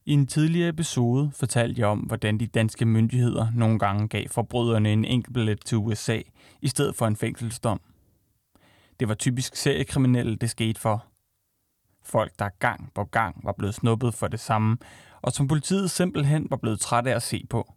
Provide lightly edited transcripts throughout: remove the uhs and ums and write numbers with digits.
I en tidligere episode fortalte jeg om, hvordan de danske myndigheder nogle gange gav forbryderne en enkeltbillet til USA i stedet for en fængselsdom. Det var typisk seriekriminelle, det skete for. Folk, der gang på gang var blevet snuppet for det samme, og som politiet simpelthen var blevet træt af at se på.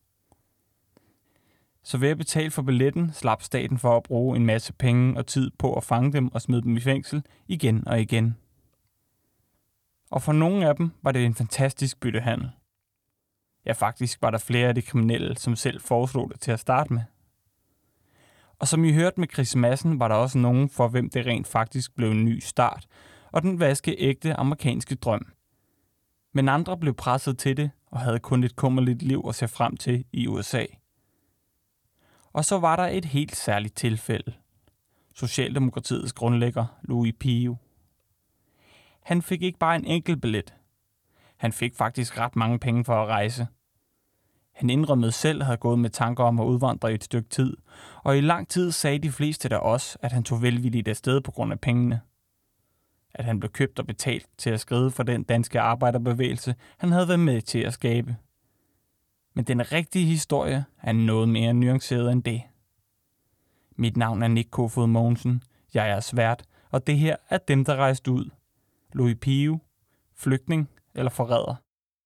Så ved at betale for billetten, slap staten for at bruge en masse penge og tid på at fange dem og smide dem i fængsel igen og igen. Og for nogle af dem var det en fantastisk byttehandel. Ja, faktisk var der flere af de kriminelle, som selv foreslog det til at starte med. Og som I hørte med Chris Madsen, var der også nogen, for hvem det rent faktisk blev en ny start, og den vaskeægte amerikanske drøm. Men andre blev presset til det, og havde kun et kummerligt liv at se frem til i USA. Og så var der et helt særligt tilfælde. Socialdemokratiets grundlægger, Louis Pio. Han fik ikke bare en enkelt billet. Han fik faktisk ret mange penge for at rejse. Han indrømmede selv at have gået med tanker om at udvandre i et stykke tid, og i lang tid sagde de fleste der også, at han tog velvilligt afsted på grund af pengene. At han blev købt og betalt til at skrive for den danske arbejderbevægelse, han havde været med til at skabe. Men den rigtige historie er noget mere nuanceret end det. Mit navn er Nick Kofod Mogensen, jeg er svært, og det her er dem, der rejste ud. Louis Pio, flygtning eller forræder.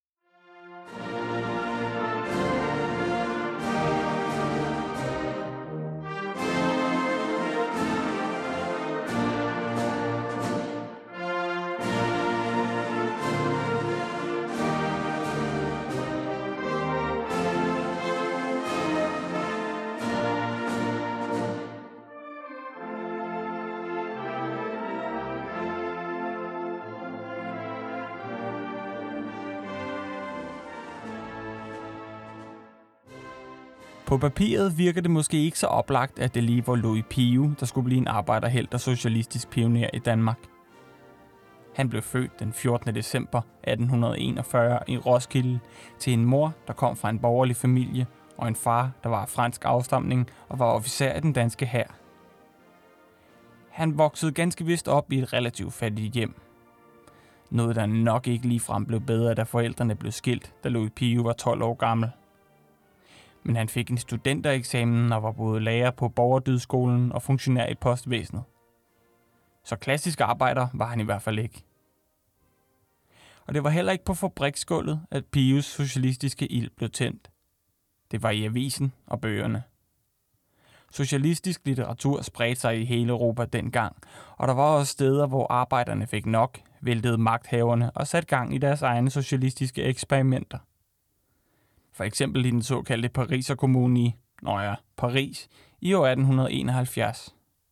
På papiret virker det måske ikke så oplagt, at det lige var Louis Pio, der skulle blive en arbejderhelt og socialistisk pioner i Danmark. Han blev født den 14. december 1841 i Roskilde til en mor, der kom fra en borgerlig familie, og en far, der var af fransk afstamning og var officer i den danske hær. Han voksede ganske vist op i et relativt fattigt hjem. Noget, der nok ikke ligefrem blev bedre, da forældrene blev skilt, da Louis Pio var 12 år gammel. Men han fik en studentereksamen og var både lærer på Borgerdydsskolen og funktionær i postvæsenet. Så klassisk arbejder var han i hvert fald ikke. Og det var heller ikke på fabriksgulvet, at Pios socialistiske ild blev tændt. Det var i avisen og bøgerne. Socialistisk litteratur spredte sig i hele Europa dengang, og der var også steder, hvor arbejderne fik nok, væltede magthaverne og satte gang i deres egne socialistiske eksperimenter. For eksempel i den såkaldte Pariser Kommune i Paris i år 1871.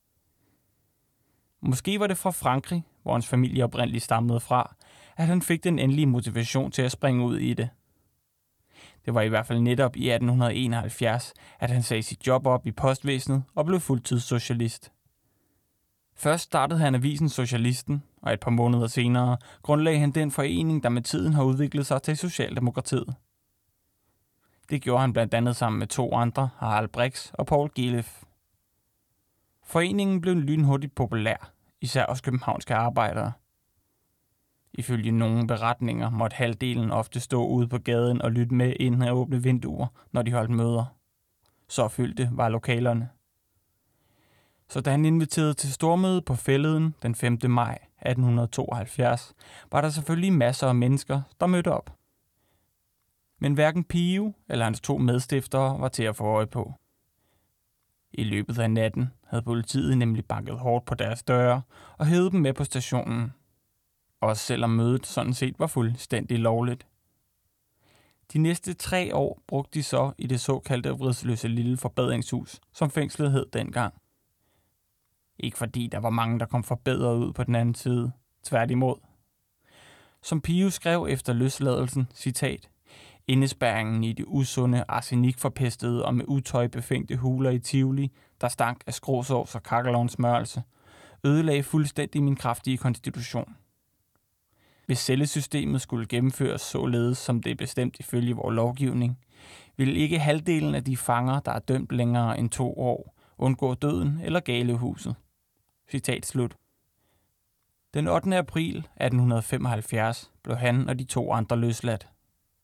Måske var det fra Frankrig, hvor hans familie oprindeligt stammede fra, at han fik den endelige motivation til at springe ud i det. Det var i hvert fald netop i 1871, at han sagde sit job op i postvæsenet og blev fuldtidssocialist. Først startede han avisen Socialisten, og et par måneder senere grundlagde han den forening, der med tiden har udviklet sig til Socialdemokratiet. Det gjorde han blandt andet sammen med 2 andre, Harald Brix og Poul Gilef. Foreningen blev lynhurtigt populær, især hos københavnske arbejdere. Ifølge nogle beretninger måtte halvdelen ofte stå ude på gaden og lytte med inden at åbne vinduer, når de holdt møder. Så fyldte var lokalerne. Så da han inviterede til stormøde på Fælleden den 5. maj 1872, var der selvfølgelig masser af mennesker, der mødte op. Men hverken Pio eller hans 2 medstiftere var til at få øje på. I løbet af natten havde politiet nemlig banket hårdt på deres døre og hævet dem med på stationen. Også selvom mødet sådan set var fuldstændig lovligt. De næste 3 år brugte de så i det såkaldte Vridsløse Lille Forbedringshus, som fængslet hed dengang. Ikke fordi der var mange, der kom forbedret ud på den anden side. Tværtimod. Som Pio skrev efter løsladelsen, citat, indespærringen i de usunde, arsenikforpestede og med utøj befængte huler i Tivoli, der stank af skråsovs og kakkelovnsmørelse, ødelagde fuldstændig min kraftige konstitution. Hvis cellesystemet skulle gennemføres således, som det er bestemt ifølge vores lovgivning, ville ikke halvdelen af de fanger, der er dømt længere end 2 år, undgå døden eller galehuset. Citat slut. Den 8. april 1875 blev han og de 2 andre løsladt.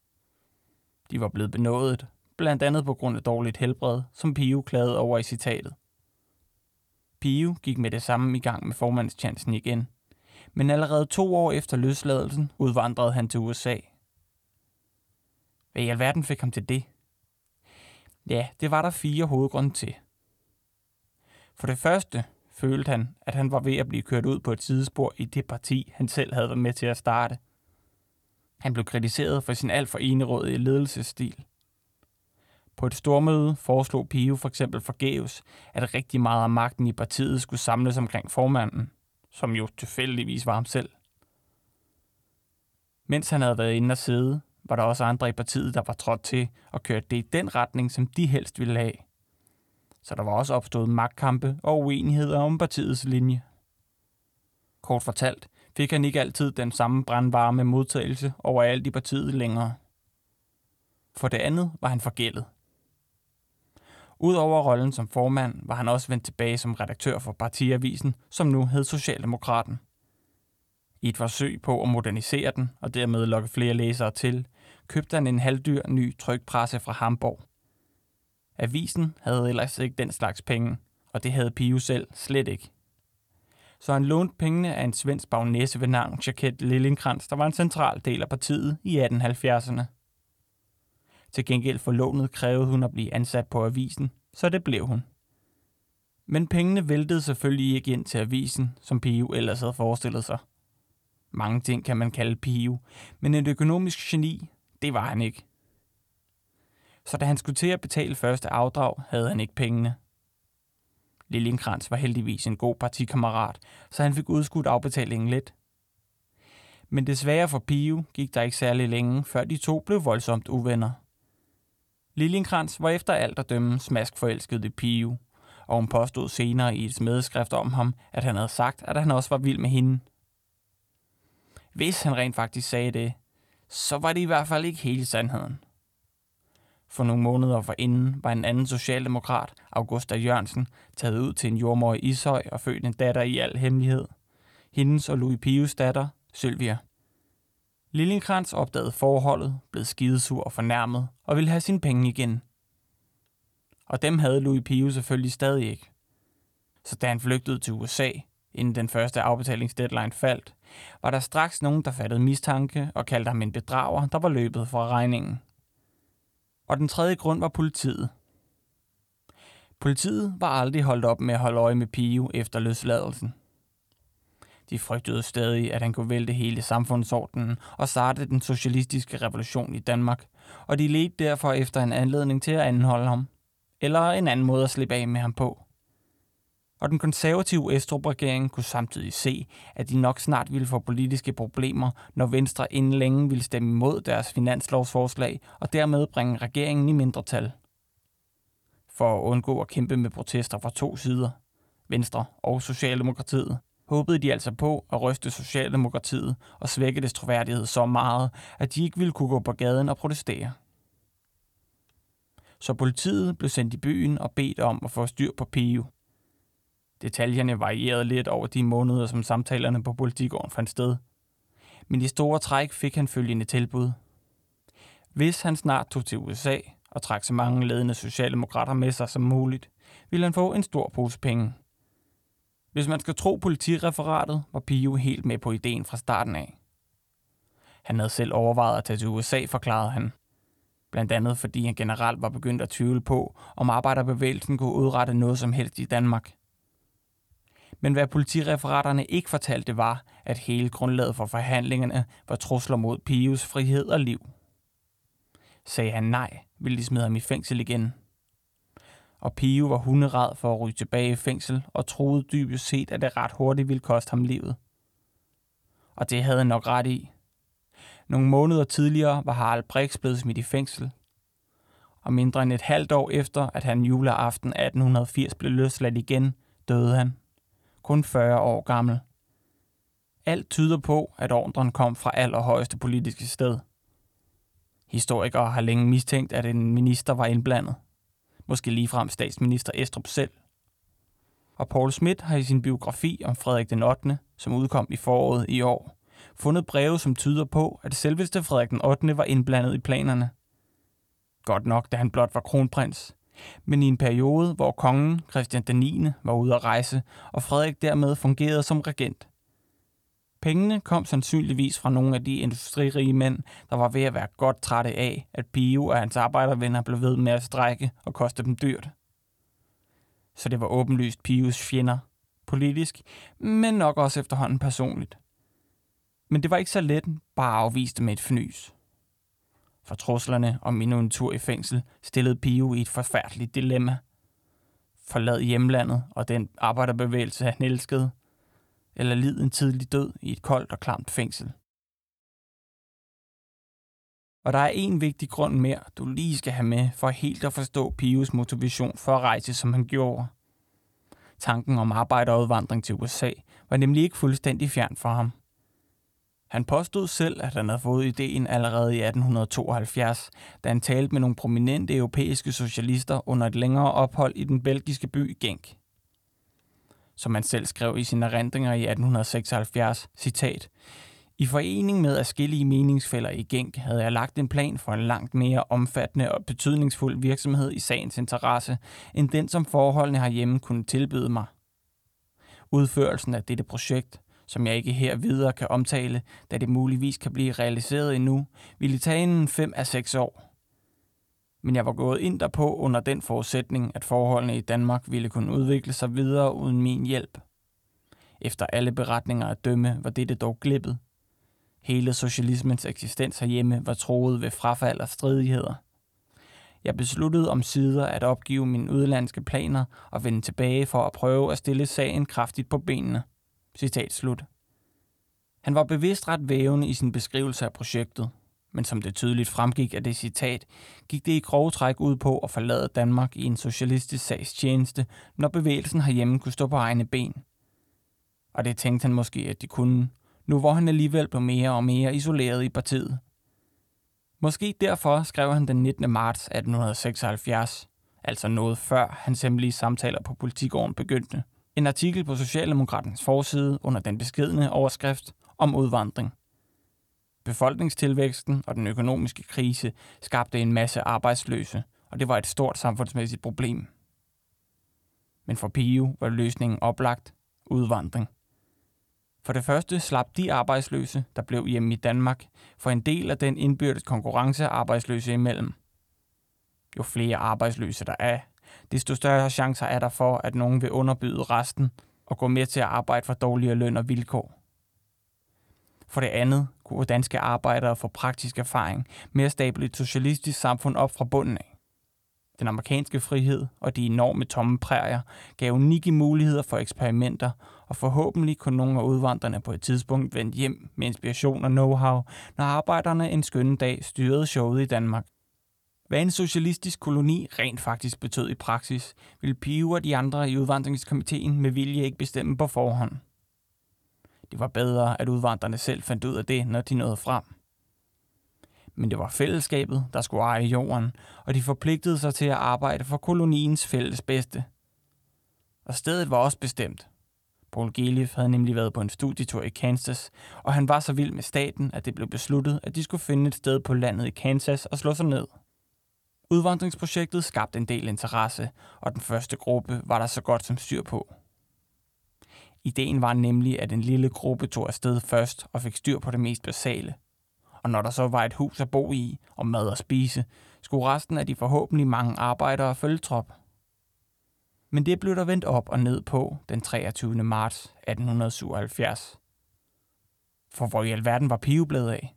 De var blevet benådet, blandt andet på grund af dårligt helbred, som Pio klagede over i citatet. Pio gik med det samme i gang med formandstjansen igen, men allerede 2 år efter løsladelsen udvandrede han til USA. Hvad i alverden fik ham til det? Ja, det var der 4 hovedgrunde til. For det første følte han, at han var ved at blive kørt ud på et sidespor i det parti, han selv havde været med til at starte. Han blev kritiseret for sin alt for enerådige ledelsesstil. På et stormøde foreslog Pio for eksempel forgæves, at rigtig meget af magten i partiet skulle samles omkring formanden, som jo tilfældigvis var ham selv. Mens han havde været inde og sidde, var der også andre i partiet, der var trådt til og kørte det i den retning, som de helst ville have. Så der var også opstået magtkampe og uenigheder om partiets linje. Kort fortalt fik han ikke altid den samme brandvarme modtagelse overalt i partiet længere. For det andet var han forgældet. Udover rollen som formand var han også vendt tilbage som redaktør for partiavisen, som nu hed Socialdemokraten. I et forsøg på at modernisere den og dermed lokke flere læsere til, købte han en halvdyr ny trykpresse fra Hamburg. Avisen havde ellers ikke den slags penge, og det havde Pio selv slet ikke. Så han lånte pengene af en svensk bagnæse ved navn Jacquette Liljencrantz, der var en central del af partiet i 1870'erne. Til gengæld for lånet krævede hun at blive ansat på avisen, så det blev hun. Men pengene væltede selvfølgelig ikke ind til avisen, som Pio ellers havde forestillet sig. Mange ting kan man kalde Pio, men et økonomisk geni, det var han ikke. Så da han skulle til at betale første afdrag, havde han ikke pengene. Liljencrantz var heldigvis en god partikammerat, så han fik udskudt afbetalingen lidt. Men desværre for Pio gik der ikke særlig længe, før de to blev voldsomt uvenner. Liljencrantz var efter alt at dømme smaskforelsket i Pio, og hun påstod senere i et smedeskrift om ham, at han havde sagt, at han også var vild med hende. Hvis han rent faktisk sagde det, så var det i hvert fald ikke hele sandheden. For nogle måneder forinden var en anden socialdemokrat, Augusta Jørgensen, taget ud til en jordmor i Ishøj og født en datter i al hemmelighed. Hendes og Louis Pios datter, Sylvia. Liljencrantz opdagede forholdet, blev skidesur og fornærmet og ville have sine penge igen. Og dem havde Louis Pio selvfølgelig stadig ikke. Så da han flygtede til USA, inden den første afbetalingsdeadline faldt, var der straks nogen, der fattede mistanke og kaldte ham en bedrager, der var løbet fra regningen. Og den tredje grund var politiet. Politiet var aldrig holdt op med at holde øje med Pio efter løsladelsen. De frygtede stadig, at han kunne vælte hele samfundsordenen og starte den socialistiske revolution i Danmark, og de ledte derfor efter en anledning til at anholde ham, eller en anden måde at slippe af med ham på. Og den konservative Estrup-regering kunne samtidig se, at de nok snart ville få politiske problemer, når Venstre inden længe ville stemme imod deres finanslovsforslag og dermed bringe regeringen i mindretal. For at undgå at kæmpe med protester fra 2 sider, Venstre og Socialdemokratiet, håbede de altså på at ryste Socialdemokratiet og svække dets troværdighed så meget, at de ikke ville kunne gå på gaden og protestere. Så politiet blev sendt i byen og bedt om at få styr på Pio. Detaljerne varierede lidt over de måneder, som samtalerne på Politigården fandt sted. Men i store træk fik han følgende tilbud. Hvis han snart tog til USA og trak så mange ledende socialdemokrater med sig som muligt, ville han få en stor pose penge. Hvis man skal tro politireferatet, var Pio helt med på ideen fra starten af. Han havde selv overvejet at tage til USA, forklarede han. Blandt andet fordi han generelt var begyndt at tvivle på, om arbejderbevægelsen kunne udrette noget som helst i Danmark. Men hvad politireferaterne ikke fortalte var, at hele grundlaget for forhandlingerne var trusler mod Pios frihed og liv. Sagde han nej, ville de smide ham i fængsel igen. Og Pio var hunderæd for at ryge tilbage i fængsel og troede dybest set, at det ret hurtigt ville koste ham livet. Og det havde han nok ret i. Nogle måneder tidligere var Harald Brix blevet smidt i fængsel. Og mindre end et halvt år efter, at han juleaften 1880 blev løsladt igen, døde han. Kun 40 år gammel. Alt tyder på, at ordren kom fra allerhøjeste politiske sted. Historikere har længe mistænkt, at en minister var indblandet. Måske ligefrem statsminister Estrup selv. Og Poul Schmidt har i sin biografi om Frederik den 8., som udkom i foråret i år, fundet breve, som tyder på, at selveste Frederik den 8. var indblandet i planerne. Godt nok, da han blot var kronprins. Men i en periode, hvor kongen Christian den 9. var ude at rejse, og Frederik dermed fungerede som regent. Pengene kom sandsynligvis fra nogle af de industririge mænd, der var ved at være godt trætte af, at Pio og hans arbejdervenner blev ved med at strejke og koste dem dyrt. Så det var åbenlyst Pios fjender, politisk, men nok også efterhånden personligt. Men det var ikke så let bare at afvise det med et fnys. For truslerne om endnu en tur i fængsel stillede Pio i et forfærdeligt dilemma. Forlad hjemlandet og den arbejderbevægelse, han elskede, eller lid en tidlig død i et koldt og klamt fængsel. Og der er en vigtig grund mere, du lige skal have med for helt at forstå Pios motivation for at rejse, som han gjorde. Tanken om arbejderudvandring til USA var nemlig ikke fuldstændig fjern for ham. Han påstod selv, at han havde fået ideen allerede i 1872, da han talte med nogle prominente europæiske socialister under et længere ophold i den belgiske by Genk. Som han selv skrev i sine erindringer i 1876, citat: "I forening med adskillige meningsfæller i Genk havde jeg lagt en plan for en langt mere omfattende og betydningsfuld virksomhed i sagens interesse, end den som forholdene herhjemme kunne tilbyde mig. Udførelsen af dette projekt, som jeg ikke her videre kan omtale, da det muligvis kan blive realiseret endnu, ville tage inden 5 af 6 år. Men jeg var gået ind derpå under den forudsætning, at forholdene i Danmark ville kunne udvikle sig videre uden min hjælp. Efter alle beretninger at dømme var dette dog glippet. Hele socialismens eksistens herhjemme var truet ved frafald og stridigheder. Jeg besluttede omsider at opgive mine udlandske planer og vende tilbage for at prøve at stille sagen kraftigt på benene." Citat slut. Han var bevidst ret vævende i sin beskrivelse af projektet, men som det tydeligt fremgik af det citat, gik det i grove træk ud på at forlade Danmark i en socialistisk sags tjeneste, når bevægelsen herhjemme kunne stå på egne ben. Og det tænkte han måske, at de kunne, nu hvor han alligevel blev mere og mere isoleret i partiet. Måske derfor skrev han den 19. marts 1876, altså noget før hans hemmelige samtaler på Politigården begyndte, en artikel på Socialdemokratens forside under den beskedne overskrift om udvandring. Befolkningstilvæksten og den økonomiske krise skabte en masse arbejdsløse, og det var et stort samfundsmæssigt problem. Men for Pio var løsningen oplagt: udvandring. For det første slap de arbejdsløse, der blev hjemme i Danmark, for en del af den indbyrdes konkurrence arbejdsløse imellem. Jo flere arbejdsløse der er, desto større chancer er der for, at nogen vil underbyde resten og gå med til at arbejde for dårligere løn og vilkår. For det andet kunne danske arbejdere få praktisk erfaring med at stable et socialistisk samfund op fra bunden af. Den amerikanske frihed og de enorme tomme prærier gav unikke muligheder for eksperimenter, og forhåbentlig kunne nogle af udvandrerne på et tidspunkt vende hjem med inspiration og know-how, når arbejderne en skønne dag styrede showet i Danmark. Hvad en socialistisk koloni rent faktisk betød i praksis, ville Pio og de andre i udvandringskomiteen med vilje ikke bestemme på forhånd. Det var bedre, at udvandrerne selv fandt ud af det, når de nåede frem. Men det var fællesskabet, der skulle eje jorden, og de forpligtede sig til at arbejde for koloniens fælles bedste. Og stedet var også bestemt. Paul Geliff havde nemlig været på en studietur i Kansas, og han var så vild med staten, at det blev besluttet, at de skulle finde et sted på landet i Kansas og slå sig ned. Udvandringsprojektet skabte en del interesse, og den første gruppe var der så godt som styr på. Ideen var nemlig, at en lille gruppe tog afsted først og fik styr på det mest basale. Og når der så var et hus at bo i og mad at spise, skulle resten af de forhåbentlig mange arbejdere følge trop. Men det blev der vendt op og ned på den 23. marts 1877. For hvor i alverden var Pio blevet af?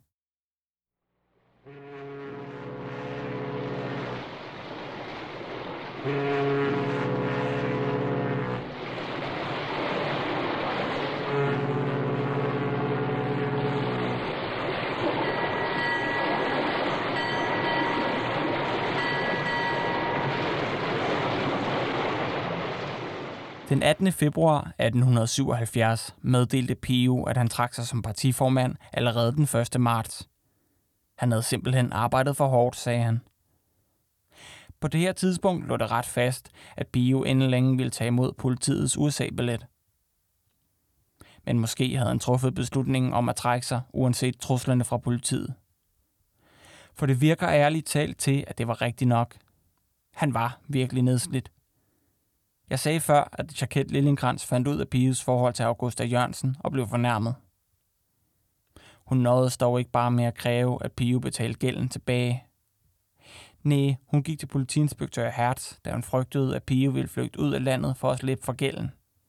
Den 18. februar 1877 meddelte Pio, at han trak sig som partiformand allerede den 1. marts. Han havde simpelthen arbejdet for hårdt, sagde han. På det her tidspunkt lå det ret fast, at Pio inden længe ville tage imod politiets USA-billet. Men måske havde han truffet beslutningen om at trække sig, uanset truslerne fra politiet. For det virker ærligt talt til, at det var rigtigt nok. Han var virkelig nedslidt. Jeg sagde før, at Jacquette Lillenkrantz fandt ud af Pius forhold til Augusta Jørgensen og blev fornærmet. Hun nåede dog ikke bare med at kræve, at Pio betalte gælden tilbage. Nej, hun gik til politiinspektør Hertz, da hun frygtede, at Pio ville flygte ud af landet for at slippe for gælden.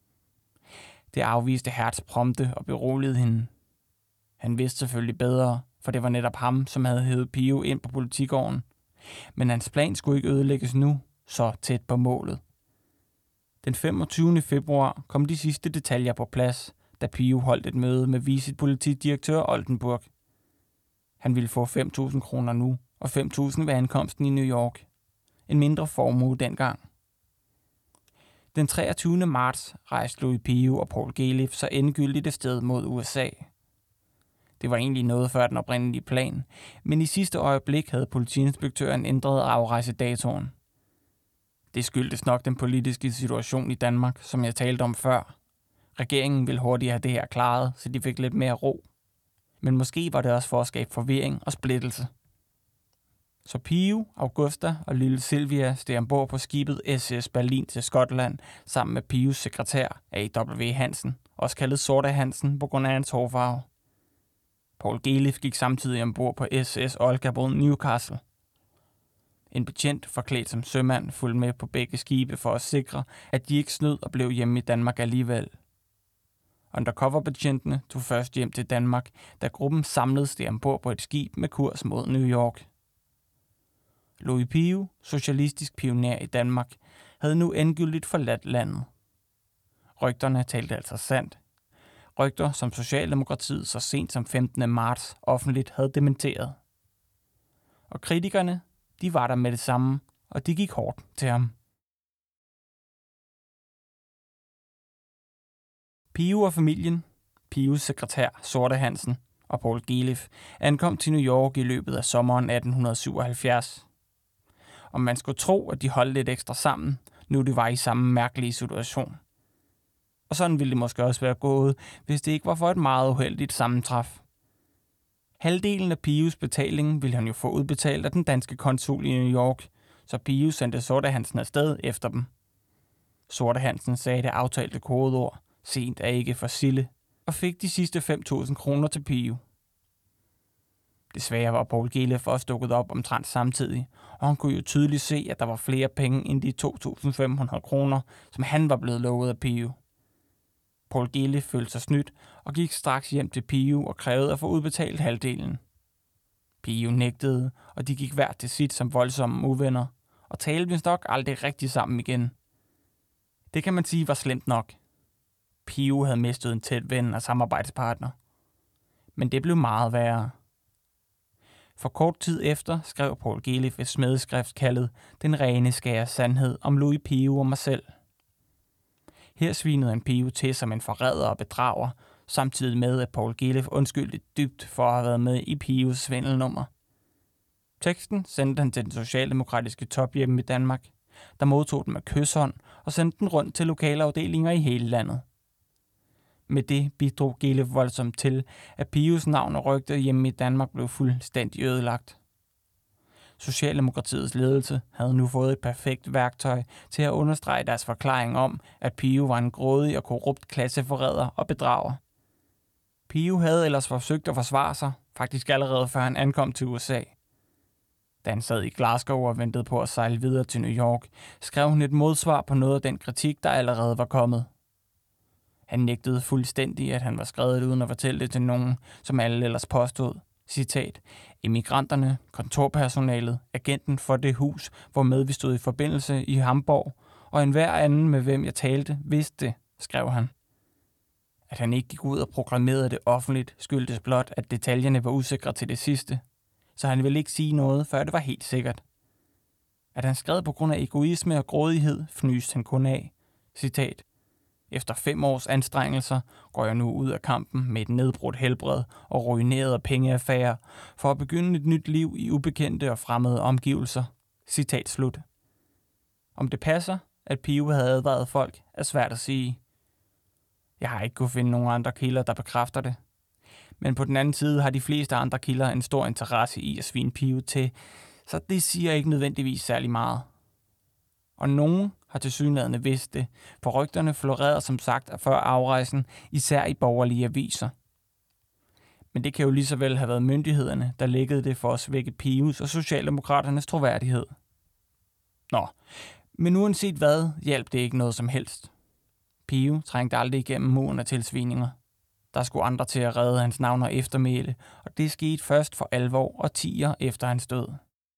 Det afviste Hertz prompte og beroligede hende. Han vidste selvfølgelig bedre, for det var netop ham, som havde hævet Pio ind på politigården. Men hans plan skulle ikke ødelægges nu, så tæt på målet. Den 25. februar kom de sidste detaljer på plads, da Pio holdt et møde med vicepolitidirektør Oldenburg. Han ville få 5.000 kroner nu, og 5.000 ved ankomsten i New York. En mindre formue dengang. Den 23. marts rejste Louis Pio og Paul Geliff så endegyldigt afsted mod USA. Det var egentlig noget før den oprindelige plan, men i sidste øjeblik havde politiinspektøren ændret afrejsedatoen. Det skyldtes nok den politiske situation i Danmark, som jeg talte om før. Regeringen ville hurtigt have det her klaret, så de fik lidt mere ro. Men måske var det også for at skabe forvirring og splittelse. Så Pio, Augusta og lille Sylvia steg ombord på skibet SS Berlin til Skotland sammen med Pios sekretær A.W. Hansen, også kaldet Sorte Hansen på grund af hans hårfarve. Paul Geliff gik samtidig ombord på SS Olga mod Newcastle. En betjent forklædt som sømand fulgte med på begge skibe for at sikre, at de ikke snød og blev hjemme i Danmark alligevel. Undercover-betjentene tog først hjem til Danmark, da gruppen samlede steg ombord på et skib med kurs mod New York. Louis Pio, socialistisk pioner i Danmark, havde nu endegyldigt forladt landet. Rygterne talte altså sandt. Rygter, som Socialdemokratiet så sent som 15. marts offentligt havde dementeret. Og kritikerne, de var der med det samme, og de gik hårdt til ham. Pio og familien, Pios sekretær Sorte Hansen og Paul Geliff ankom til New York i løbet af sommeren 1877. Og man skulle tro, at de holdt lidt ekstra sammen, nu de var i samme mærkelige situation. Og sådan ville det måske også være gået, hvis det ikke var for et meget uheldigt sammentræf. Halvdelen af Pios betaling ville han jo få udbetalt af den danske konsul i New York, så Pio sendte Sorte Hansen afsted efter dem. Sorte Hansen sagde det aftalte kodeord, sent er ikke for sille, og fik de sidste 5.000 kroner til Pio. Desværre var Paul Geliff også dukket op omtrent samtidig, og han kunne jo tydeligt se, at der var flere penge end de 2.500 kroner, som han var blevet lovet af Pio. Paul Geliff følte sig snydt og gik straks hjem til Pio og krævede at få udbetalt halvdelen. Pio nægtede, og de gik hver til sit som voldsomme uvenner, og talte vist nok aldrig rigtig sammen igen. Det kan man sige var slemt nok. Pio havde mistet en tæt ven og samarbejdspartner. Men det blev meget værre. For kort tid efter skrev Paul Geliff et smedeskrift kaldet Den rene skære sandhed om Louis Pio og mig selv. Her svinede han Pio til som en forræder og bedrager, samtidig med at Paul Geliff undskyldte dybt for at have været med i Pios svindelnummer. Teksten sendte han til den socialdemokratiske tophjem i Danmark, der modtog den med kyshånd og sendte den rundt til lokalafdelinger i hele landet. Med det bidrog Geliff voldsomt til, at Pios navn og rygte hjemme i Danmark blev fuldstændig ødelagt. Socialdemokratiets ledelse havde nu fået et perfekt værktøj til at understrege deres forklaring om, at Pio var en grådig og korrupt klasseforræder og bedrager. Pio havde ellers forsøgt at forsvare sig, faktisk allerede før han ankom til USA. Da han sad i Glasgow og ventede på at sejle videre til New York, skrev hun et modsvar på noget af den kritik, der allerede var kommet. Han nægtede fuldstændig, at han var skrevet uden at fortælle det til nogen, som alle ellers påstod. Citat: Emigranterne, kontorpersonalet, agenten for det hus, hvormed vi stod i forbindelse i Hamburg, og enhver anden, med hvem jeg talte, vidste det, skrev han. At han ikke gik ud og proklamerede det offentligt, skyldtes blot, at detaljerne var usikre til det sidste, så han ville ikke sige noget, før det var helt sikkert. At han skrev på grund af egoisme og grådighed, fnyste han kun af. Citat: Efter 5 års anstrengelser går jeg nu ud af kampen med et nedbrudt helbred og ruinerede pengeaffærer for at begynde et nyt liv i ubekendte og fremmede omgivelser. Citat slut. Om det passer, at Pio havde advaret folk, er svært at sige. Jeg har ikke kunnet finde nogen andre kilder, der bekræfter det. Men på den anden side har de fleste andre kilder en stor interesse i at svine Pio til, så det siger ikke nødvendigvis særlig meget. Og nogen har tilsyneladende vidst det, for rygterne florerede som sagt før afrejsen, især i borgerlige aviser. Men det kan jo lige så vel have været myndighederne, der lækkede det for at svække Pius og Socialdemokraternes troværdighed. Nå, men uanset hvad, hjalp det ikke noget som helst. Pio trængte aldrig igennem muren af tilsvininger. Der skulle andre til at redde hans navn og eftermæle, og det skete først for alvor og 10 efter hans død.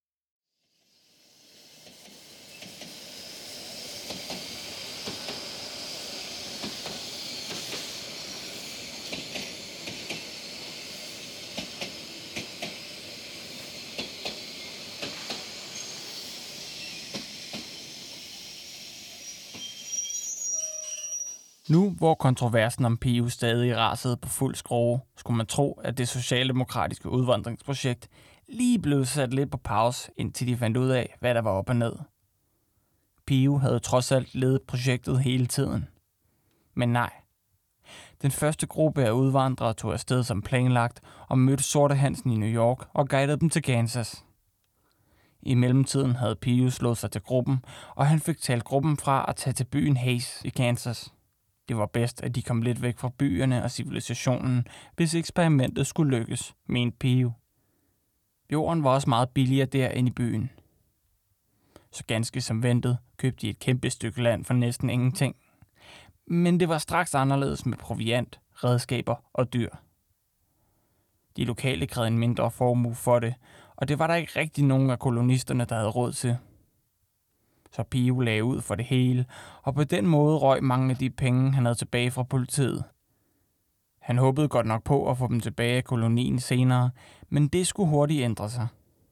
Nu, hvor kontroversen om Pio stadig rasede på fuld skrue, skulle man tro, at det socialdemokratiske udvandringsprojekt lige blev sat lidt på pause, indtil de fandt ud af, hvad der var op og ned. Pio havde trods alt ledet projektet hele tiden. Men nej. Den første gruppe af udvandrere tog afsted som planlagt og mødte Sorte Hansen i New York og guidede dem til Kansas. I mellemtiden havde Pio slået sig til gruppen, og han fik talt gruppen fra at tage til byen Hays i Kansas. Det var bedst, at de kom lidt væk fra byerne og civilisationen, hvis eksperimentet skulle lykkes, mente Pio. Jorden var også meget billigere derinde i byen. Så ganske som ventet købte de et kæmpe stykke land for næsten ingenting. Men det var straks anderledes med proviant, redskaber og dyr. De lokale krævede en mindre formue for det, og det var der ikke rigtig nogen af kolonisterne, der havde råd til. Så Pio lagde ud for det hele, og på den måde røg mange af de penge, han havde tilbage fra politiet. Han håbede godt nok på at få dem tilbage af kolonien senere, men det skulle hurtigt ændre sig.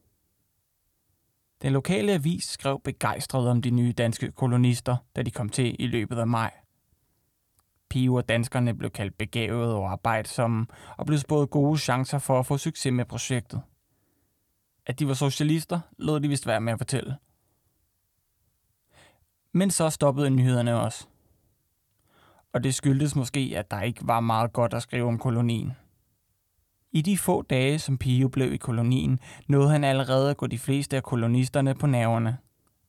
Den lokale avis skrev begejstret om de nye danske kolonister, da de kom til i løbet af maj. Pio og danskerne blev kaldt begavede og arbejdsomme, og blev spået gode chancer for at få succes med projektet. At de var socialister, lod de vist være med at fortælle. Men så stoppede nyhederne også. Og det skyldtes måske, at der ikke var meget godt at skrive om kolonien. I de få dage, som Pio blev i kolonien, nåede han allerede at gå de fleste af kolonisterne på nerverne.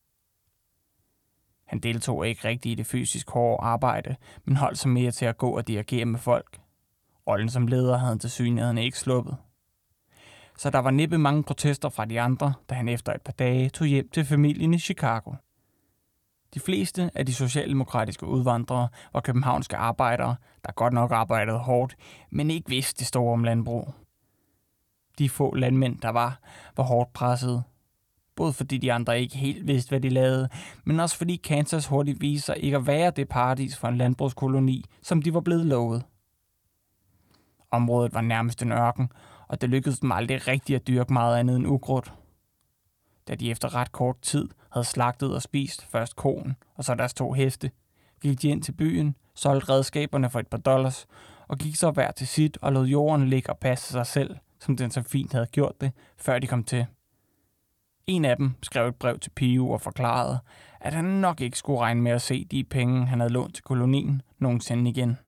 Han deltog ikke rigtig i det fysisk hårde arbejde, men holdt sig mere til at gå og dirigere med folk. Rollen som leder havde han tilsyneladende ikke sluppet. Så der var næppe mange protester fra de andre, da han efter et par dage tog hjem til familien i Chicago. De fleste af de socialdemokratiske udvandrere var københavnske arbejdere, der godt nok arbejdede hårdt, men ikke vidste det store om landbrug. De få landmænd, der var hårdt pressede. Både fordi de andre ikke helt vidste, hvad de lavede, men også fordi Kansas hurtigt viste sig ikke at være det paradis for en landbrugskoloni, som de var blevet lovet. Området var nærmest en ørken, og det lykkedes dem aldrig rigtigt at dyrke meget andet end ukrudt. Da de efter ret kort tid havde slagtet og spist først koen og så deres 2 heste, gik de ind til byen, solgte redskaberne for et par dollars og gik så hver til sit og lod jorden ligge og passe sig selv, som den så fint havde gjort det, før de kom til. En af dem skrev et brev til Pio og forklarede, at han nok ikke skulle regne med at se de penge, han havde lånt til kolonien, nogensinde igen.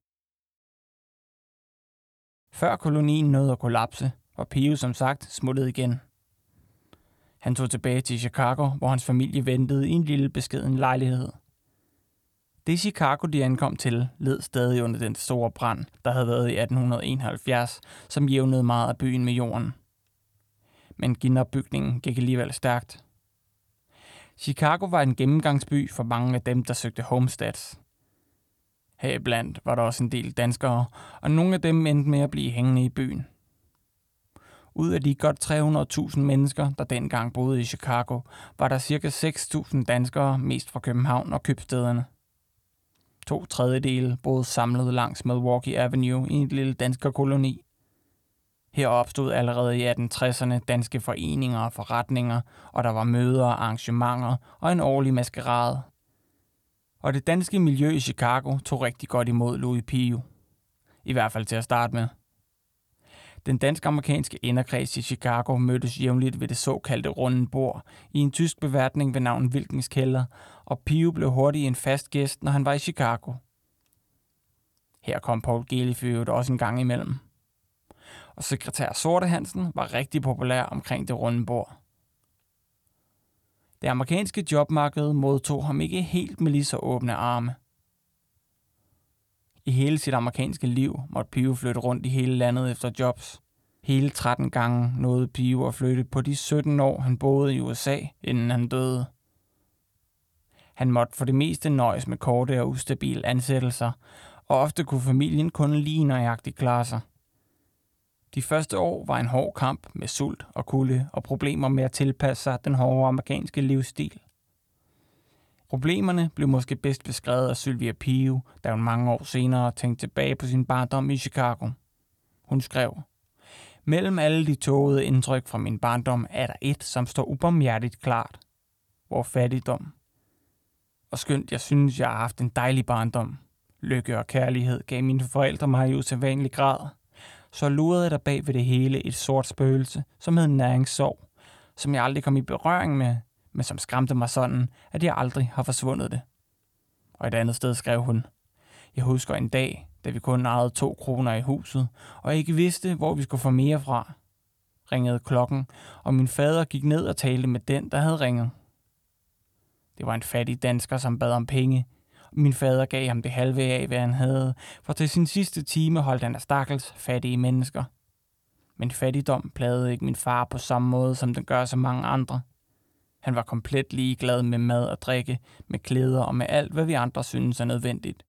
Før kolonien nåede at kollapse, var Pio som sagt smuttet igen. Han tog tilbage til Chicago, hvor hans familie ventede i en lille beskeden lejlighed. Det Chicago, de ankom til, led stadig under den store brand, der havde været i 1871, som jævnede meget af byen med jorden. Men genopbygningen gik alligevel stærkt. Chicago var en gennemgangsby for mange af dem, der søgte homesteads. Heriblandt var der også en del danskere, og nogle af dem endte med at blive hængende i byen. Ud af de godt 300.000 mennesker, der dengang boede i Chicago, var der ca. 6.000 danskere, mest fra København og købstæderne. 2/3 boede samlet langs Milwaukee Avenue i en lille danskerkoloni. Her opstod allerede i 1860'erne danske foreninger og forretninger, og der var møder og arrangementer og en årlig maskerade. Og det danske miljø i Chicago tog rigtig godt imod Louis Pio. I hvert fald til at starte med. Den dansk-amerikanske inderkreds i Chicago mødtes jævnligt ved det såkaldte runde bord i en tysk beværtning ved navn Wilkens Kælder, og Pio blev hurtigt en fast gæst, når han var i Chicago. Her kom Paul Geli også en gang imellem. og sekretær Sorte Hansen var rigtig populær omkring det runde bord. Det amerikanske jobmarked modtog ham ikke helt med lige så åbne arme. I hele sit amerikanske liv måtte Pio flytte rundt i hele landet efter jobs. Hele 13 gange nåede Pio at flytte på de 17 år, han boede i USA, inden han døde. Han måtte for det meste nøjes med korte og ustabile ansættelser, og ofte kunne familien kun lige nøjagtigt klare sig. De første år var en hård kamp med sult og kulde og problemer med at tilpasse sig den hårde amerikanske livsstil. Problemerne blev måske bedst beskrevet af Sylvia Pio, da hun mange år senere tænkte tilbage på sin barndom i Chicago. Hun skrev: "Mellem alle de tågede indtryk fra min barndom er der et, som står ubarmhjertigt klart. Vor fattigdom. Og skønt jeg synes, jeg har haft en dejlig barndom. Lykke og kærlighed gav mine forældre mig i usædvanlig grad. Så lurede der bag ved det hele et sort spøgelse, som hed næringssorg, som jeg aldrig kom i berøring med, men som skræmte mig sådan, at jeg aldrig har forsvundet det." Og et andet sted skrev hun: "Jeg husker en dag, da vi kun ejede 2 kroner i huset, og ikke vidste, hvor vi skulle få mere fra. Ringede klokken, og min fader gik ned og talte med den, der havde ringet. Det var en fattig dansker, som bad om penge. Min fader gav ham det halve af, hvad han havde, for til sin sidste time holdt han af stakkels fattige mennesker. Men fattigdom plagede ikke min far på samme måde, som den gør så mange andre. Han var komplet ligeglad med mad og drikke, med klæder og med alt, hvad vi andre synes er nødvendigt."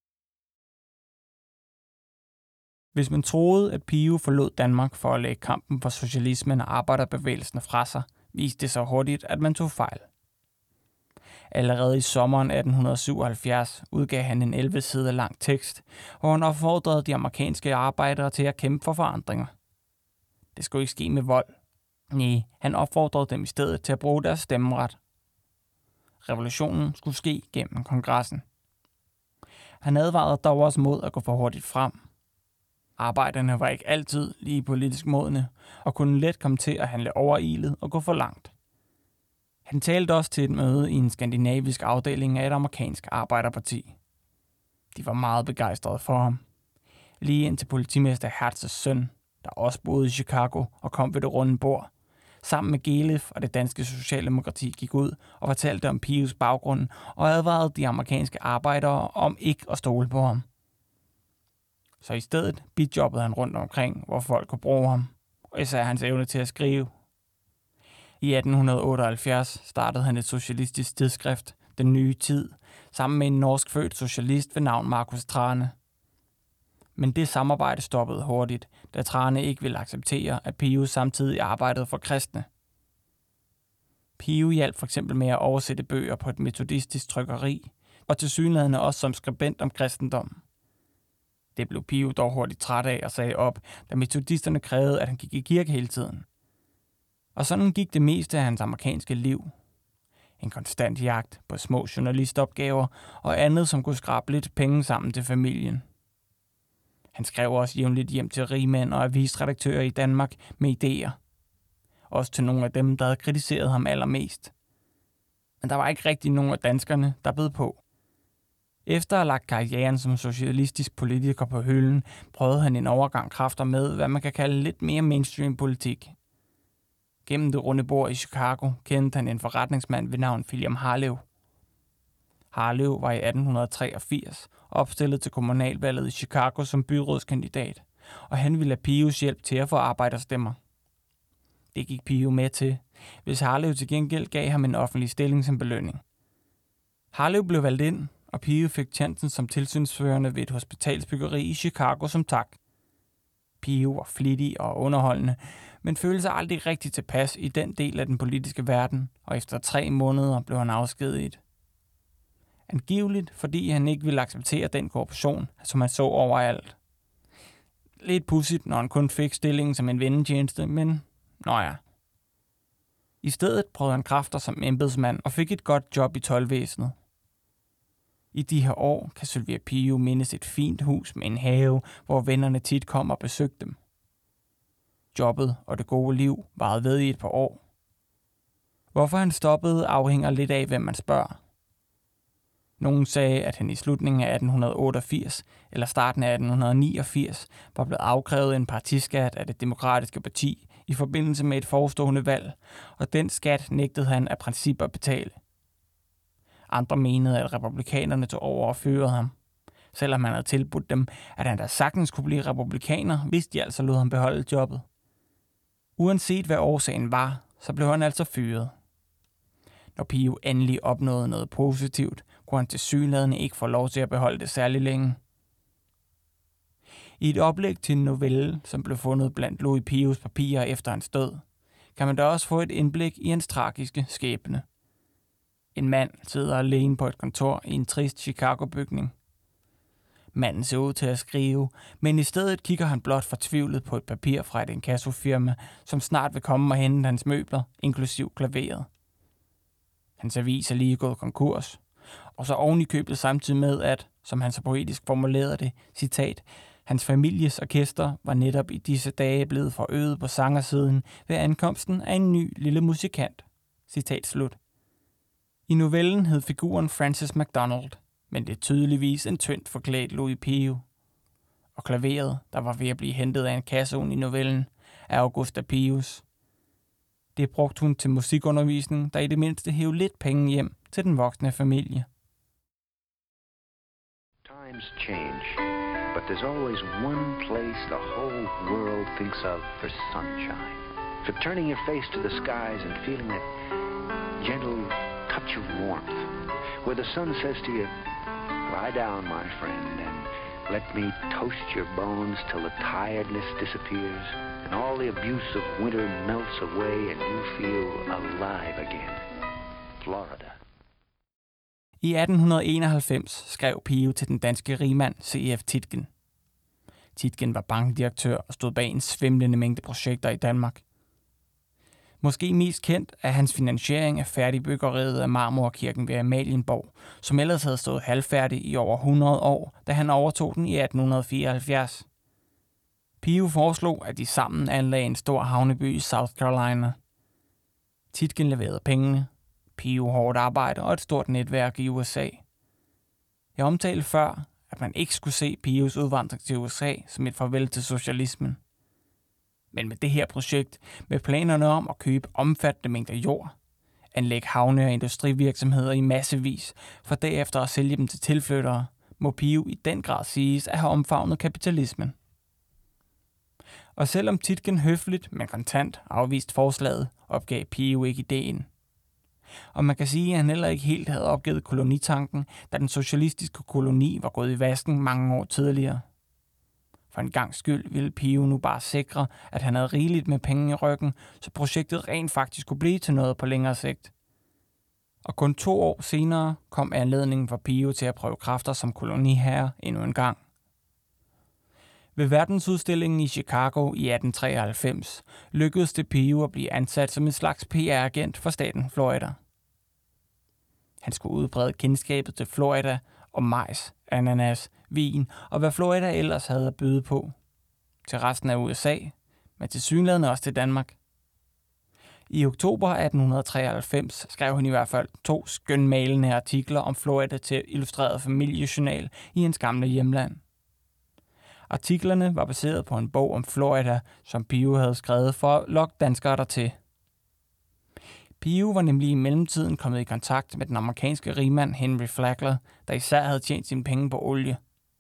Hvis man troede, at Pio forlod Danmark for at lægge kampen for socialismen og arbejderbevægelsen fra sig, viste det sig hurtigt, at man tog fejl. Allerede i sommeren 1877 udgav han en 11 sider lang tekst, hvor han opfordrede de amerikanske arbejdere til at kæmpe for forandringer. Det skulle ikke ske med vold. Nej, han opfordrede dem i stedet til at bruge deres stemmeret. Revolutionen skulle ske gennem kongressen. Han advarede dog også mod at gå for hurtigt frem. Arbejderne var ikke altid lige politisk modne, og kunne let komme til at handle overilet og gå for langt. Han talte også til et møde i en skandinavisk afdeling af et amerikansk arbejderparti. De var meget begejstrede for ham. Lige indtil politimester Hertz's søn, der også boede i Chicago og kom ved det runde bord, sammen med Gelef og det danske socialdemokrati gik ud og fortalte om Pios baggrund og advarede de amerikanske arbejdere om ikke at stole på ham. Så i stedet bidjobbede han rundt omkring, hvor folk kunne bruge ham, og især hans evne til at skrive. I 1878 startede han et socialistisk tidsskrift, Den Nye Tid, sammen med en norsk født socialist ved navn Marcus Thrane. Men det samarbejde stoppede hurtigt, da Thrane ikke ville acceptere, at Pio samtidig arbejdede for kristne. Pio hjalp for eksempel med at oversætte bøger på et metodistisk trykkeri, og tilsyneladende også som skribent om kristendom. Det blev Pio dog hurtigt træt af og sagde op, da metodisterne krævede, at han gik i kirke hele tiden. Og sådan gik det meste af hans amerikanske liv. En konstant jagt på små journalistopgaver og andet, som kunne skrabe lidt penge sammen til familien. Han skrev også jævnligt hjem til rigmænd og avisredaktører i Danmark med idéer. Også til nogle af dem, der havde kritiseret ham allermest. Men der var ikke rigtig nogen af danskerne, der bed på. Efter at have lagt karrieren som socialistisk politiker på hylden, prøvede han en overgang kræfter med, hvad man kan kalde lidt mere mainstream politik. Gennem det runde bord i Chicago kendte han en forretningsmand ved navn William Harlev. Harlev var i 1883 opstillet til kommunalvalget i Chicago som byrådskandidat, og han ville have Pios hjælp til at få arbejderstemmer. Det gik Pio med til, hvis Harlev til gengæld gav ham en offentlig stilling som belønning. Harlev blev valgt ind, og Pio fik chancen som tilsynsførende ved et hospitalsbyggeri i Chicago som tak. Pio var flittig og underholdende, men følte sig aldrig rigtig tilpas i den del af den politiske verden, og efter 3 måneder blev han afskediget. Angiveligt, fordi han ikke ville acceptere den korruption, som han så overalt. Lidt pudsigt, når han kun fik stillingen som en vennetjeneste, men ja. I stedet prøvede han kræfter som embedsmand og fik et godt job i toldvæsenet. I de her år kan Sylvia Pio mindes et fint hus med en have, hvor vennerne tit kom og besøgte dem. Jobbet og det gode liv varede ved i et par år. Hvorfor han stoppede afhænger lidt af, hvem man spørger. Nogen sagde, at han i slutningen af 1888 eller starten af 1889 var blevet afkrævet en partiskat af det demokratiske parti i forbindelse med et forestående valg, og den skat nægtede han af princip at betale. Andre menede, at republikanerne tog over og førede ham. Selvom han havde tilbudt dem, at han da sagtens kunne blive republikaner, hvis de altså lod ham beholde jobbet. Uanset hvad årsagen var, så blev han altså fyret. Når Pio endelig opnåede noget positivt, kunne han tilsyneladende ikke få lov til at beholde det særlig længe. I et oplæg til en novelle, som blev fundet blandt Louis Pios papirer efter hans død, kan man da også få et indblik i hans tragiske skæbne. En mand sidder alene på et kontor i en trist Chicago-bygning. Manden ser ud til at skrive, men i stedet kigger han blot fortvivlet på et papir fra et inkassofirma, som snart vil komme og hente hans møbler, inklusiv klaveret. Hans avis er lige gået konkurs, og så oven i købet samtidig med, at, som han så poetisk formulerede det, citat, hans families orkester var netop i disse dage blevet forøget på sangersiden ved ankomsten af en ny lille musikant. Citat slut. I novellen hed figuren Francis MacDonald, men det er tydeligvis en tyndt forklædt Louis Pio. Og klaveret, der var ved at blive hentet af en kasseun i novellen, er Augusta Pios. Det brugte hun til musikundervisning, der i det mindste hævde lidt penge hjem til den voksne familie. Times change, but there's always one place the whole world thinks of for sunshine. For turning your face to the skies and feeling that gentle touch of warmth, where the sun says to you, lie down, my friend, and let me toast your bones till the tiredness disappears and all the abuse of winter melts away and you feel alive again. Florida. I 1891 skrev Pio til den danske rigmand C.F. Tietgen. Tietgen var bankdirektør og stod bag en svimlende mængde projekter i Danmark. Måske mest kendt er hans finansiering af færdigbyggeriet af Marmorkirken ved Amalienborg, som ellers havde stået halvfærdig i over 100 år, da han overtog den i 1874. Pio foreslog, at de sammen anlagde en stor havneby i South Carolina. Tietgen leverede pengene, Pio hårdt arbejde og et stort netværk i USA. Jeg omtalte før, at man ikke skulle se Pios udvandring til USA som et farvel til socialismen. Men med det her projekt, med planerne om at købe omfattende mængder jord, anlægge havne- og industrivirksomheder i massevis, for derefter at sælge dem til tilflyttere, må Pio i den grad siges at have omfavnet kapitalismen. Og selvom Tietgen høfligt, men kontant afviste forslaget, opgav Pio ikke ideen. Og man kan sige, at han heller ikke helt havde opgivet kolonitanken, da den socialistiske koloni var gået i vasken mange år tidligere. For en gangs skyld ville Pio nu bare sikre, at han havde rigeligt med penge i ryggen, så projektet rent faktisk kunne blive til noget på længere sigt. Og kun 2 år senere kom anledningen for Pio til at prøve kræfter som koloniherre endnu en gang. Ved verdensudstillingen i Chicago i 1893 lykkedes det Pio at blive ansat som en slags PR-agent for staten Florida. Han skulle udbrede kendskabet til Florida og majs, ananas, vin og hvad Florida ellers havde at byde på. Til resten af USA, men tilsyneladende også til Danmark. I oktober 1893 skrev han i hvert fald 2 skønmalende artikler om Florida til Illustreret Familiejournal i hans gamle hjemland. Artiklerne var baseret på en bog om Florida, som Pio havde skrevet for at lokke danskere dertil. Pio var nemlig i mellemtiden kommet i kontakt med den amerikanske rigmand Henry Flagler, der især havde tjent sine penge på olie.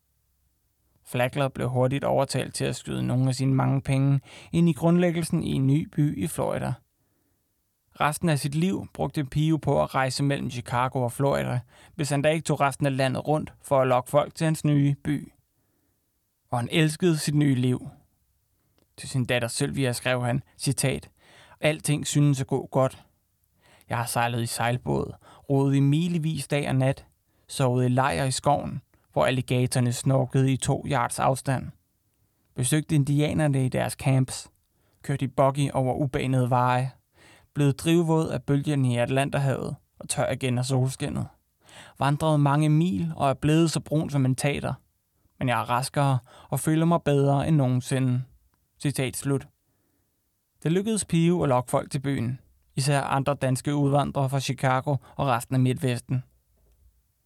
Flagler blev hurtigt overtalt til at skyde nogle af sine mange penge ind i grundlæggelsen i en ny by i Florida. Resten af sit liv brugte Pio på at rejse mellem Chicago og Florida, hvis han da ikke tog resten af landet rundt for at lokke folk til hans nye by. Og han elskede sit nye liv. Til sin datter Sylvia skrev han, citat, alting synes at gå godt. Jeg har sejlet i sejlbåd, rodet i milevis dag og nat, sovet i lejr i skoven, hvor alligatorerne snorkede i 2 yards afstand. Besøgte indianerne i deres camps, kørte i buggy over ubanede veje, blevet drivvåd af bølgerne i Atlanterhavet og tør igen af solskinnet. Vandrede mange mil og er blevet så brun som en tater. Men jeg er raskere og føler mig bedre end nogensinde. Citat slut. Det lykkedes Pio at lokke folk til byen, især andre danske udvandrere fra Chicago og resten af Midtvesten.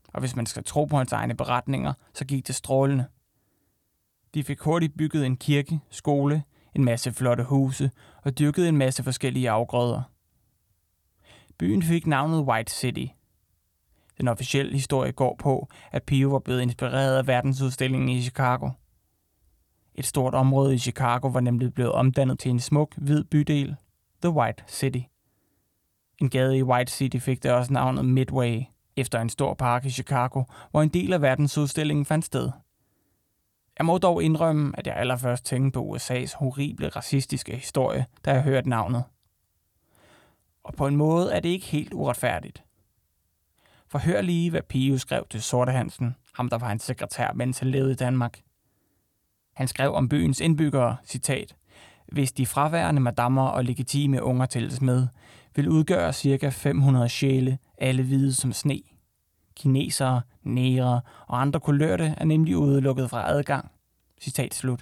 Og hvis man skal tro på hans egne beretninger, så gik det strålende. De fik hurtigt bygget en kirke, skole, en masse flotte huse og dyrkede en masse forskellige afgrøder. Byen fik navnet White City. Den officielle historie går på, at Pio var blevet inspireret af verdensudstillingen i Chicago. Et stort område i Chicago var nemlig blevet omdannet til en smuk, hvid bydel, The White City. En gade i White City fik der også navnet Midway, efter en stor park i Chicago, hvor en del af verdensudstillingen fandt sted. Jeg må dog indrømme, at jeg allerførst tænkte på USA's horrible racistiske historie, da jeg hørte navnet. Og på en måde er det ikke helt uretfærdigt. For hør lige, hvad Pio skrev til Sorte Hansen, ham der var hans sekretær, mens han levede i Danmark. Han skrev om byens indbyggere, citat, hvis de fraværende madammer og legitime unger tælles med, vil udgøre ca. 500 sjæle, alle hvide som sne. Kinesere, negre og andre kulørte er nemlig udelukket fra adgang. Citat slut.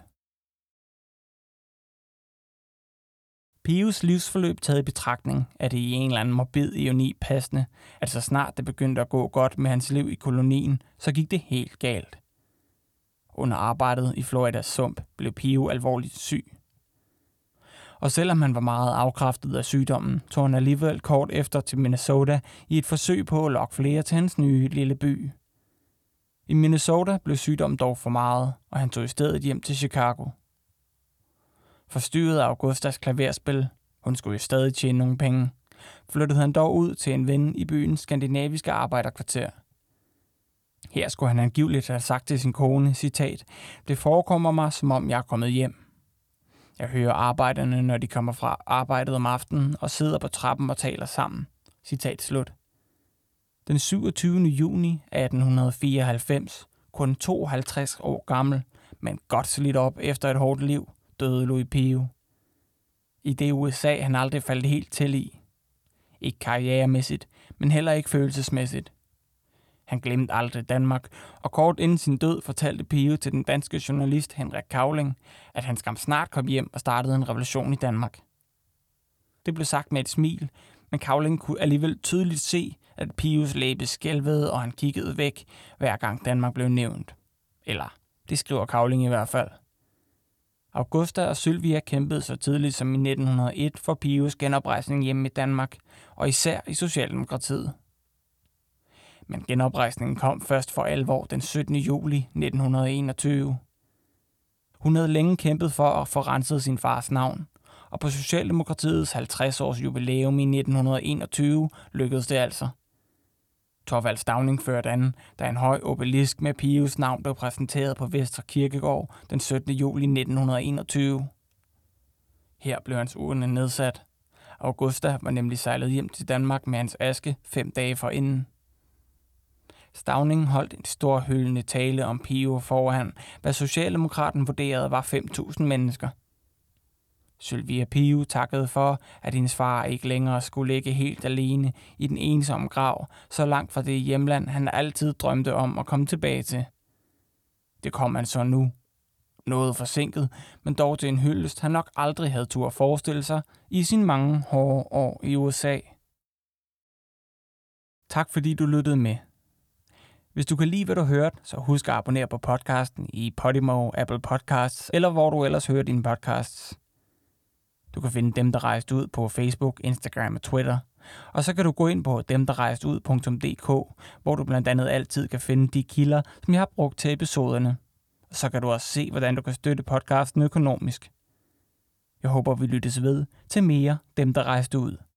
Pios livsforløb taget i betragtning er det i en eller anden morbid ironi passende, at så snart det begyndte at gå godt med hans liv i kolonien, så gik det helt galt. Under arbejdet i Floridas sump blev Pio alvorligt syg. Og selvom han var meget afkræftet af sygdommen, tog han alligevel kort efter til Minnesota i et forsøg på at lokke flere til hans nye lille by. I Minnesota blev sygdommen dog for meget, og han tog i stedet hjem til Chicago. Forstyrret af Augustas klaverspil, hun skulle jo stadig tjene nogle penge, flyttede han dog ud til en ven i byens skandinaviske arbejderkvarter. Her skulle han angiveligt have sagt til sin kone, citat, det forekommer mig, som om jeg er kommet hjem. Jeg hører arbejderne, når de kommer fra arbejdet om aftenen og sidder på trappen og taler sammen. Citat slut. Den 27. juni 1894, kun 52 år gammel, men godt slidt op efter et hårdt liv, døde Louis Pio. I det USA han aldrig faldt helt til i. Ikke karrieremæssigt, men heller ikke følelsesmæssigt. Han glemte aldrig Danmark, og kort inden sin død fortalte Pio til den danske journalist Henrik Cavling, at han skam snart kom hjem og startede en revolution i Danmark. Det blev sagt med et smil, men Cavling kunne alligevel tydeligt se, at Pios læbe skælvede, og han kiggede væk, hver gang Danmark blev nævnt. Eller, det skriver Cavling i hvert fald. Augusta og Sylvia kæmpede så tidligt som i 1901 for Pios genoprejsning hjemme i Danmark, og især i Socialdemokratiet. Men genoprejsningen kom først for alvor den 17. juli 1921. Hun havde længe kæmpet for at få renset sin fars navn, og på Socialdemokratiets 50-års jubilæum i 1921 lykkedes det altså. Thorvald Stauning førte an, da en høj obelisk med Pios navn blev præsenteret på Vestre Kirkegård den 17. juli 1921. Her blev hans urne nedsat. Augusta var nemlig sejlet hjem til Danmark med hans aske 5 dage forinden. Stauning holdt en stor hyldende tale om Pio foran, hvad Socialdemokraten vurderede var 5.000 mennesker. Sylvia Pio takkede for, at hendes far ikke længere skulle ligge helt alene i den ensomme grav, så langt fra det hjemland, han altid drømte om at komme tilbage til. Det kom han så nu. Noget forsinket, men dog til en hyldest, han nok aldrig havde turde forestille sig i sine mange hårde år i USA. Tak fordi du lyttede med. Hvis du kan lide, hvad du hørte, så husk at abonnere på podcasten i Podimo, Apple Podcasts eller hvor du ellers hører dine podcasts. Du kan finde Dem, der rejste ud på Facebook, Instagram og Twitter. Og så kan du gå ind på demderrejsteud.dk, hvor du blandt andet altid kan finde de kilder, som jeg har brugt til episoderne. Og så kan du også se, hvordan du kan støtte podcasten økonomisk. Jeg håber, vi lyttes ved til mere Dem, der rejste ud.